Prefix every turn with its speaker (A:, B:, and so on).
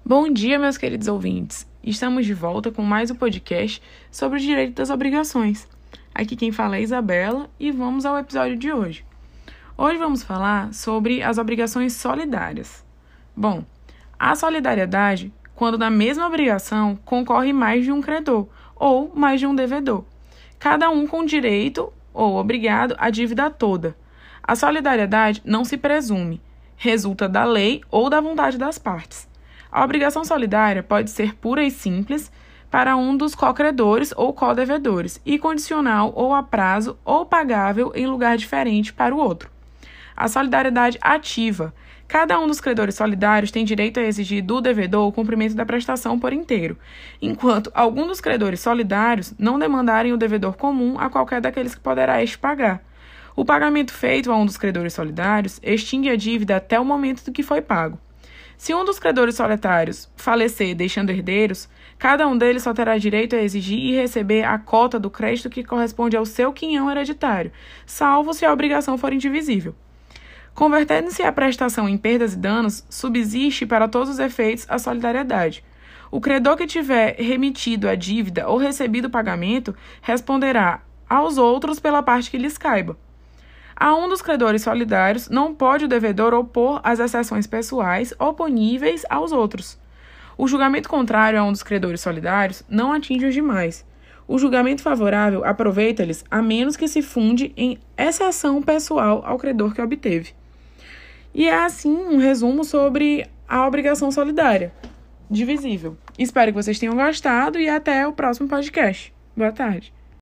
A: Bom dia, meus queridos ouvintes. Estamos de volta com mais um podcast sobre o direito das obrigações. Aqui quem fala é Isabela e vamos ao episódio de hoje. Hoje vamos falar sobre as obrigações solidárias. Bom, a solidariedade, quando na mesma obrigação concorre mais de um credor ou mais de um devedor, cada um com direito ou obrigado à dívida toda. A solidariedade não se presume, resulta da lei ou da vontade das partes. A obrigação solidária pode ser pura e simples para um dos co-credores ou co-devedores e condicional ou a prazo ou pagável em lugar diferente para o outro. A solidariedade ativa. Cada um dos credores solidários tem direito a exigir do devedor o cumprimento da prestação por inteiro, enquanto alguns dos credores solidários não demandarem o devedor comum a qualquer daqueles que poderá este pagar. O pagamento feito a um dos credores solidários extingue a dívida até o momento do que foi pago. Se um dos credores solitários falecer deixando herdeiros, cada um deles só terá direito a exigir e receber a cota do crédito que corresponde ao seu quinhão hereditário, salvo se a obrigação for indivisível. Convertendo-se a prestação em perdas e danos, subsiste para todos os efeitos a solidariedade. O credor que tiver remitido a dívida ou recebido o pagamento responderá aos outros pela parte que lhes caiba. A um dos credores solidários não pode o devedor opor as exceções pessoais oponíveis aos outros. O julgamento contrário a um dos credores solidários não atinge os demais. O julgamento favorável aproveita-lhes a menos que se funde em exceção pessoal ao credor que obteve. E é assim um resumo sobre a obrigação solidária divisível. Espero que vocês tenham gostado e até o próximo podcast. Boa tarde.